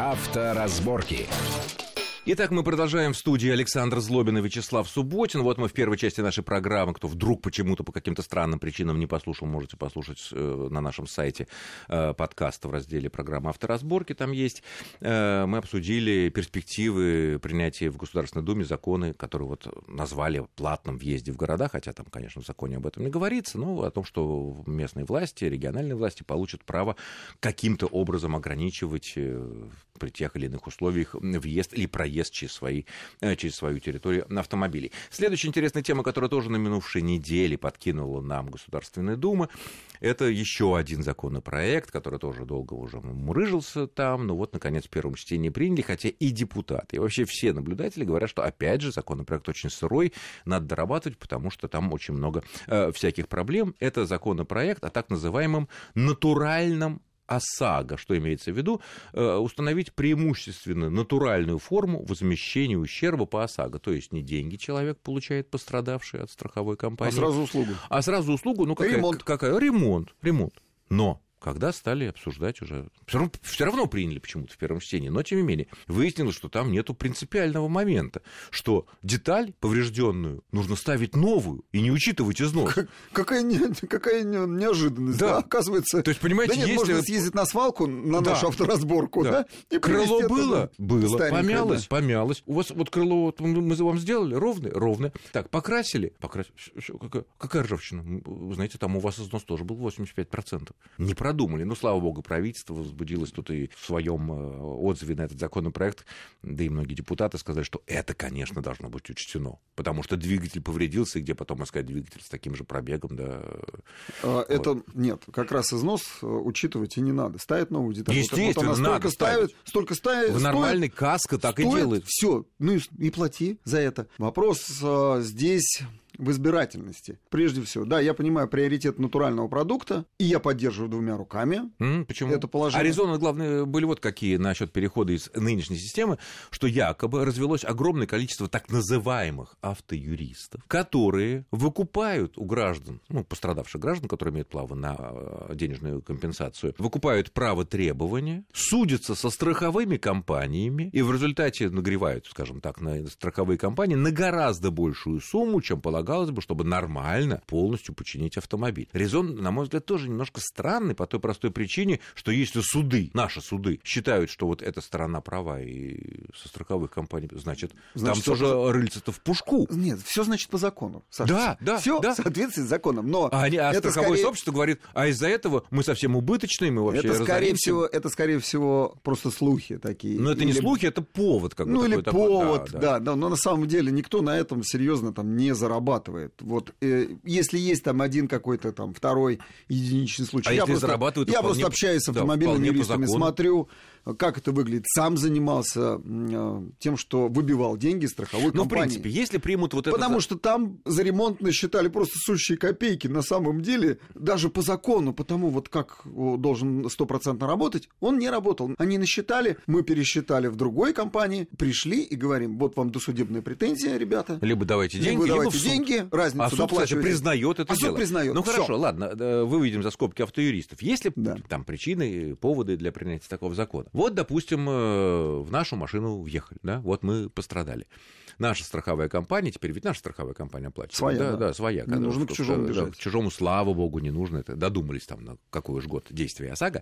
Авторазборки. Итак, мы продолжаем в студии Александр Злобин и Вячеслав Субботин. Вот мы в первой части нашей программы. Кто вдруг почему-то по каким-то странным причинам не послушал, можете послушать на нашем сайте подкаста в разделе программы «Авторазборки». Там есть. Мы обсудили перспективы принятия в Государственной Думе законы, которые вот назвали платным въезде в города, хотя там, конечно, в законе об этом не говорится, но о том, что местные власти, региональные власти получат право каким-то образом ограничивать при тех или иных условиях въезд или проезд через свою территорию автомобилей. Следующая интересная тема, которая тоже на минувшей неделе подкинула нам Государственная Дума, это еще один законопроект, который тоже долго уже мурыжился там, но вот, наконец, в первом чтении приняли, хотя и депутаты, и вообще все наблюдатели говорят, что, опять же, законопроект очень сырой, надо дорабатывать, потому что там очень много всяких проблем. Это законопроект о так называемом натуральном ОСАГО. Что имеется в виду? Установить преимущественно натуральную форму возмещения ущерба по ОСАГО. То есть не деньги человек получает, пострадавший от страховой компании. А сразу услугу. Ну, какая? Ремонт. Но когда стали обсуждать уже, все равно приняли почему-то в первом чтении, но тем не менее выяснилось, что там нету принципиального момента, что деталь поврежденную нужно ставить новую и не учитывать износ. Какая неожиданность, да? Оказывается. То есть, понимаете, если можно съездить на свалку, на нашу авторазборку, да? И крыло было, помялось. У вас вот крыло мы вам сделали ровное. Так, покрасили. Какая ржавчина? Вы знаете, там у вас износ тоже был 85%. Не продумали. Ну, слава богу, правительство возбудилось тут и в своем отзыве на этот законопроект, да и многие депутаты сказали, что это, конечно, должно быть учтено, потому что двигатель повредился, и где потом искать двигатель с таким же пробегом, да. Это нет, как раз износ учитывать и не надо. Ставят новую деталь. Естественно, вот надо столько ставит. В нормальной каско так и делают. Все, ну и плати за это. Вопрос здесь в избирательности. Прежде всего, да, я понимаю приоритет натурального продукта, и я поддерживаю двумя руками. Почему? Это положение. А резоны, главное, были вот какие насчет перехода из нынешней системы, что якобы развелось огромное количество так называемых автоюристов, которые выкупают у граждан, пострадавших граждан, которые имеют право на денежную компенсацию, выкупают право требования, судятся со страховыми компаниями и в результате нагревают, скажем так, на страховые компании на гораздо большую сумму, чем полагалось бы, чтобы нормально полностью починить автомобиль. Резон, на мой взгляд, тоже немножко странный по той простой причине, что если наши суды, считают, что вот эта сторона права и со страховых компаний, значит там тоже рыльце-то в пушку. Нет, все значит по закону, Саша. Да. Все в соответствии с законом. Но страховое сообщество говорит, а из-за этого мы совсем убыточные, мы вообще разоримся. Это, скорее всего, просто слухи такие. Но это не слухи, это повод. Или повод, да. Но на самом деле никто на этом серьезно там не зарабатывает. Вот, если есть там один какой-то там второй единичный случай, я просто общаюсь с автомобильными юристами, смотрю, как это выглядит. Сам занимался тем, что выбивал деньги страховой компании. Ну, в принципе, если примут вот это... Потому что там за ремонт насчитали просто сущие копейки. На самом деле, даже по закону, потому вот как должен 100% работать, он не работал. Они насчитали, мы пересчитали в другой компании, пришли и говорим, вот вам досудебная претензия, ребята. Либо давайте деньги, либо в суд. Разницу суд, кстати, признает это дело. Суд признает. Ну, хорошо, ладно, выведем за скобки автоюристов. Есть ли там причины, поводы для принятия такого закона? Вот, допустим, в нашу машину въехали, да, вот мы пострадали. Наша страховая компания, теперь ведь наша страховая компания оплачивает. Своя, да, своя. Не нужно к чужому бежать. К чужому, слава богу, не нужно. Это додумались там на какой уж год действия ОСАГО.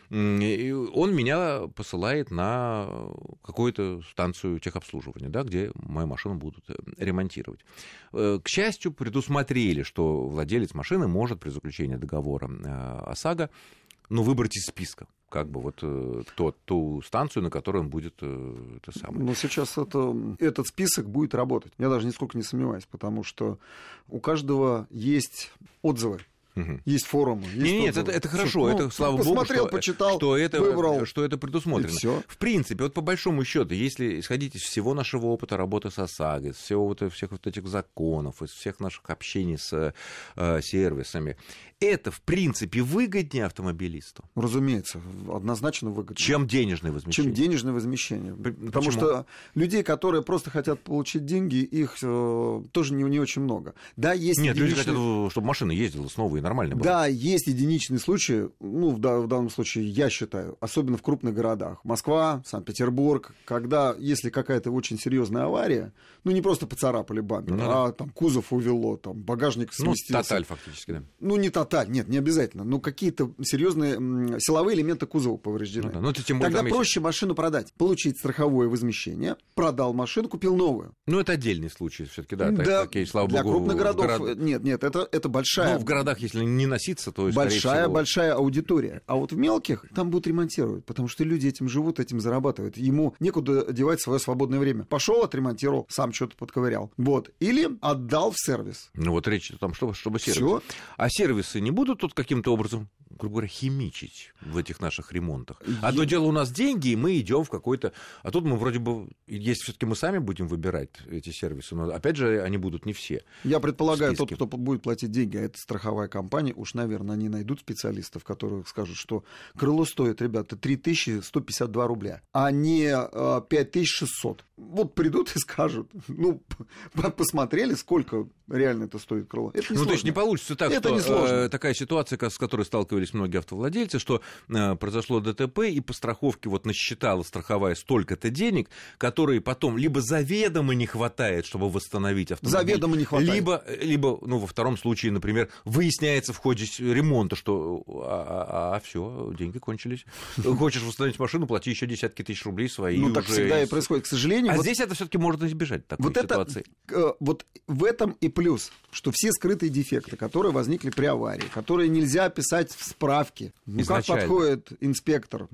И он меня посылает на какую-то станцию техобслуживания, да, где мою машину будут ремонтировать. К счастью, предусмотрели, что владелец машины может при заключении договора ОСАГО выбрать из списка, как бы вот ту станцию, на которой он будет это самое. Но сейчас этот список будет работать. Я даже нисколько не сомневаюсь, потому что у каждого есть отзывы. Есть форумы. Нет, это хорошо, это, слава богу, почитал, выбрал, что это предусмотрено. И в принципе, вот по большому счету, если исходить из всего нашего опыта работы с ОСАГО, из всех вот этих законов, из всех наших общений с сервисами, это, в принципе, выгоднее автомобилисту? Разумеется, однозначно выгоднее. Чем денежное возмещение. Потому что людей, которые просто хотят получить деньги, их тоже не очень много. Да, есть Нет, люди хотят, чтобы машина ездила снова и нормально было. Да, есть единичные случаи, ну, в данном случае, я считаю, особенно в крупных городах. Москва, Санкт-Петербург, когда, если какая-то очень серьезная авария, ну, не просто поцарапали бампер, а там кузов увело, там багажник сместился. Ну, тоталь фактически, да. Ну, не тоталь, нет, не обязательно, но какие-то серьезные силовые элементы кузова повреждены. Ну, тем более, тогда проще машину продать, получить страховое возмещение, продал машину, купил новую. Ну, это отдельный случай все-таки, да. Да, такие, слава для богу, крупных городов нет, это большая... Ну, в городах, если не носиться, то, большая аудитория. А вот в мелких там будут ремонтировать, потому что люди этим живут, этим зарабатывают. Ему некуда девать свое свободное время. Пошел, отремонтировал, сам что-то подковырял. Вот. Или отдал в сервис. Ну, вот речь о том, чтобы сервис. Всё. А сервисы не будут тут каким-то образом, грубо говоря, химичить в этих наших ремонтах? Одно дело, у нас деньги, и мы идем в какой-то... А тут мы вроде бы, если все-таки мы сами будем выбирать эти сервисы, но опять же, они будут не все. Я предполагаю, тот, кто будет платить деньги, а это страховая компания, уж, наверное, они найдут специалистов, которые скажут, что крыло стоит, ребята, 3152 рубля, а не 5600. Вот придут и скажут, ну, посмотрели, сколько реально это стоит крыло. Это не сложно. То есть не получится так, это что такая ситуация, с которой сталкивались многие автовладельцы, что произошло ДТП, и по страховке вот насчитала страховая столько-то денег, которые потом либо заведомо не хватает, чтобы восстановить автомобиль. Заведомо не хватает. Либо, ну, во втором случае, например, выясняется в ходе ремонта, что все, деньги кончились. Хочешь восстановить машину, плати еще десятки тысяч рублей свои. Ну, так всегда и происходит, к сожалению. Здесь это все-таки можно избежать такой ситуации. Вот в этом и плюс, что все скрытые дефекты, которые возникли при аварии, которые нельзя описать в справке. Ну, как подходит инспектор,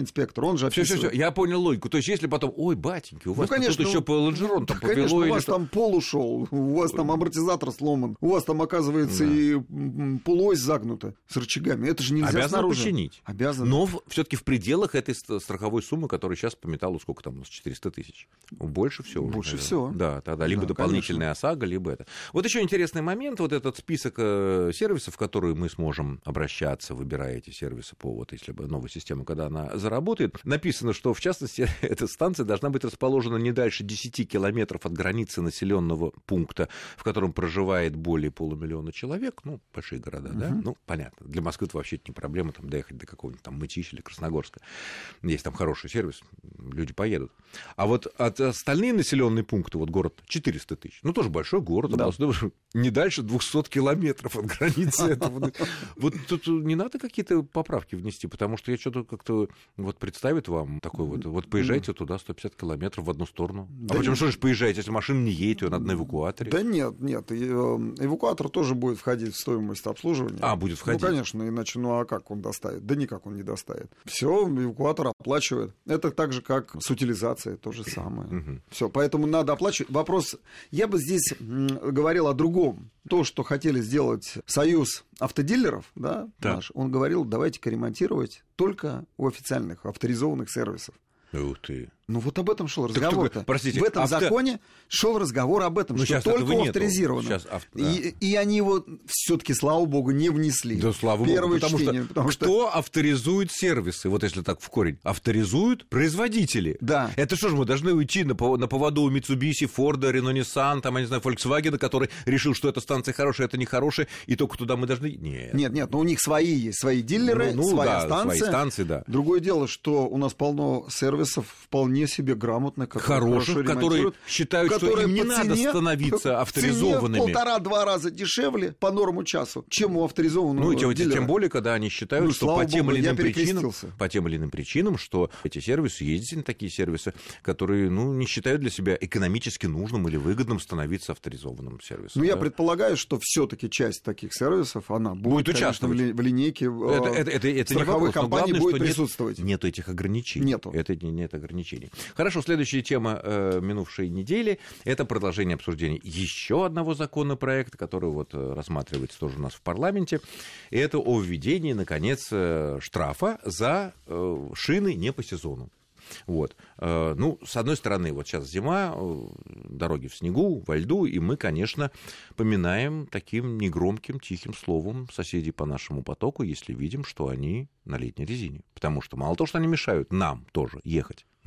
он же описывает. Все, я понял логику. То есть, если потом, ой, батеньки, у вас тут еще по лонжерон там повело. Конечно, у вас там пол ушел, у вас там амортизатор сломан, у вас там, оказывается, и полуось загнута с рычагами. Это же нельзя снаружи. Починить. Обязан. Но все-таки в пределах этой страховой суммы, которая сейчас по металлу, сколько там у нас, 400 тысяч. Больше всего. Больше всего. Да, тогда либо дополнительная ОСАГО, либо это. Вот еще интересный момент, вот этот список сервисов, в которые мы сможем обращаться, выбирая эти сервисы по вот, если бы новая система, когда она заработает, написано, что, в частности, эта станция должна быть расположена не дальше 10 километров от границы населенного пункта, в котором проживает более 500 000 человек, ну, большие города, да, ну, понятно, для Москвы это вообще не проблема, там, доехать до какого-нибудь там Мытищи или Красногорска, есть там хороший сервис, люди поедут. А вот от остальные населенные пункты, вот город 400 тысяч, ну, тоже большой город, да. Не дальше 200 километров от границы этого. Вот тут не надо какие-то поправки внести, потому что я что-то как-то вот представит вам такой вот поезжайте туда 150 километров в одну сторону. А почему что же поезжаете, если машина не едет, ее надо на эвакуаторе? Да нет, эвакуатор тоже будет входить в стоимость обслуживания. Будет входить? Ну, конечно, иначе, а как он доставит? Да никак он не доставит. Все, эвакуатор оплачивает. Это так же, как с утилизацией, то же самое. Все, поэтому надо оплачивать. Вопрос, я бы здесь говорил о другом. То, что хотели сделать союз автодилеров, да, наш, он говорил, давайте-ка ремонтировать только у официальных авторизованных сервисов. Ух ты. Ну вот об этом шел разговор-то. Простите, в этом законе шел разговор об этом, что только у авторизированных. И они его все-таки, слава богу, не внесли. Да, слава богу, потому что кто авторизует сервисы? Вот если так в корень. Авторизуют производители. Да. Это что же, мы должны уйти на поводу у Mitsubishi, Ford, Renault, Nissan, там, я не знаю, Volkswagen, который решил, что эта станция хорошая, это нехорошая, и только туда мы должны... Нет, но у них свои есть, свои дилеры, своя станция. Свои станции, да. Другое дело, что у нас полно сервисов вполне себе грамотных, хороших, которые считают, что им не надо становиться авторизованными. В 1,5-2 раза дешевле по норму часу, чем у авторизованного дилера. Тем более, когда они считают, что по тем или иным причинам, что эти сервисы, ездите на такие сервисы, которые не считают для себя экономически нужным или выгодным становиться авторизованным сервисом. Я предполагаю, что все-таки часть таких сервисов, она будет участвовать в линейке страховых компаний, будет присутствовать. Нету этих ограничений. Нет ограничений. Хорошо, следующая тема минувшей недели – это продолжение обсуждения еще одного законопроекта, который рассматривается тоже у нас в парламенте. И это о введении, наконец, штрафа за шины не по сезону. С одной стороны, сейчас зима, дороги в снегу, во льду, и мы, конечно, поминаем таким негромким, тихим словом соседей по нашему потоку, если видим, что они на летней резине. Потому что мало того, что они мешают нам тоже ехать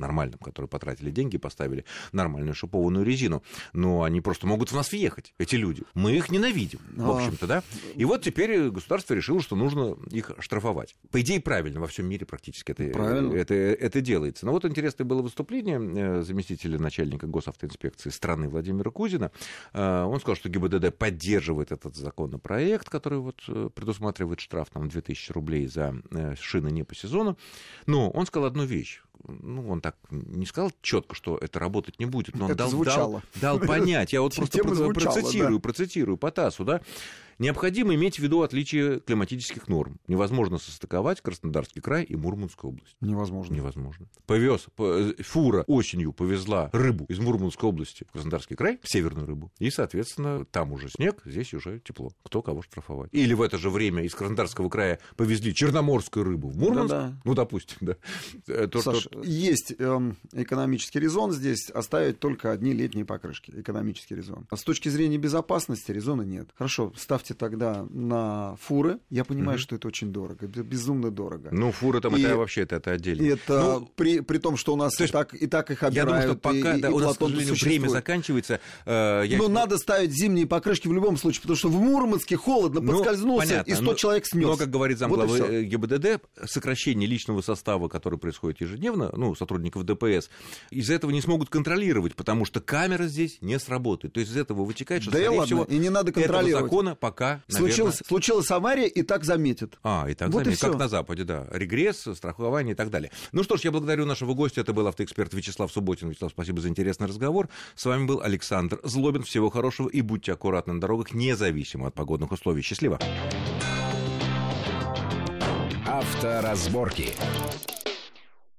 нормальным, которые потратили деньги и поставили нормальную шипованную резину. Но они просто могут в нас въехать, эти люди. Мы их ненавидим, в общем-то, да. И вот теперь государство решило, что нужно их штрафовать. По идее, правильно, во всем мире практически это делается. Но вот интересное было выступление заместителя начальника госавтоинспекции страны Владимира Кузина. Он сказал, что ГИБДД поддерживает этот законопроект, который вот предусматривает штраф там, 2000 рублей за шины не по сезону. Но он сказал одну вещь. Ну, он так не сказал четко, что это работать не будет, но он дал понять. Я вот просто процитирую по ТАССу, да. Необходимо иметь в виду отличие климатических норм. Невозможно состыковать Краснодарский край и Мурманскую область. Невозможно. Фура осенью повезла рыбу из Мурманской области в Краснодарский край, северную рыбу, и, соответственно, там уже снег, здесь уже тепло. Кто кого штрафовать? Или в это же время из Краснодарского края повезли черноморскую рыбу в Мурманск? Да. Ну, допустим, да. Саш, есть экономический резон здесь оставить только одни летние покрышки. Экономический резон. А с точки зрения безопасности резона нет. Хорошо, ставьте тогда на фуры. Я понимаю, что это очень дорого, безумно дорого. Ну, фуры там это вообще это отдельно. Это при том, что у нас и так их обирают. Я думаю, что пока у нас, к сожалению, время заканчивается. Но надо ставить зимние покрышки в любом случае, потому что в Мурманске холодно, подскользнулся, и 100 человек снес. Но, как говорит замглавы ГИБДД, сокращение личного состава, которое происходит ежедневно, сотрудников ДПС, из-за этого не смогут контролировать, потому что камера здесь не сработает. То есть из этого вытекает, что, скорее всего, и не надо контролировать. Этого закона пока, наверное... Случилась авария, и так заметят. И так заметят, как на Западе, да. Регресс, страхование и так далее. Ну что ж, я благодарю нашего гостя. Это был автоэксперт Вячеслав Субботин. Вячеслав, спасибо за интересный разговор. С вами был Александр Злобин. Всего хорошего и будьте аккуратны на дорогах, независимо от погодных условий. Счастливо! Авторазборки.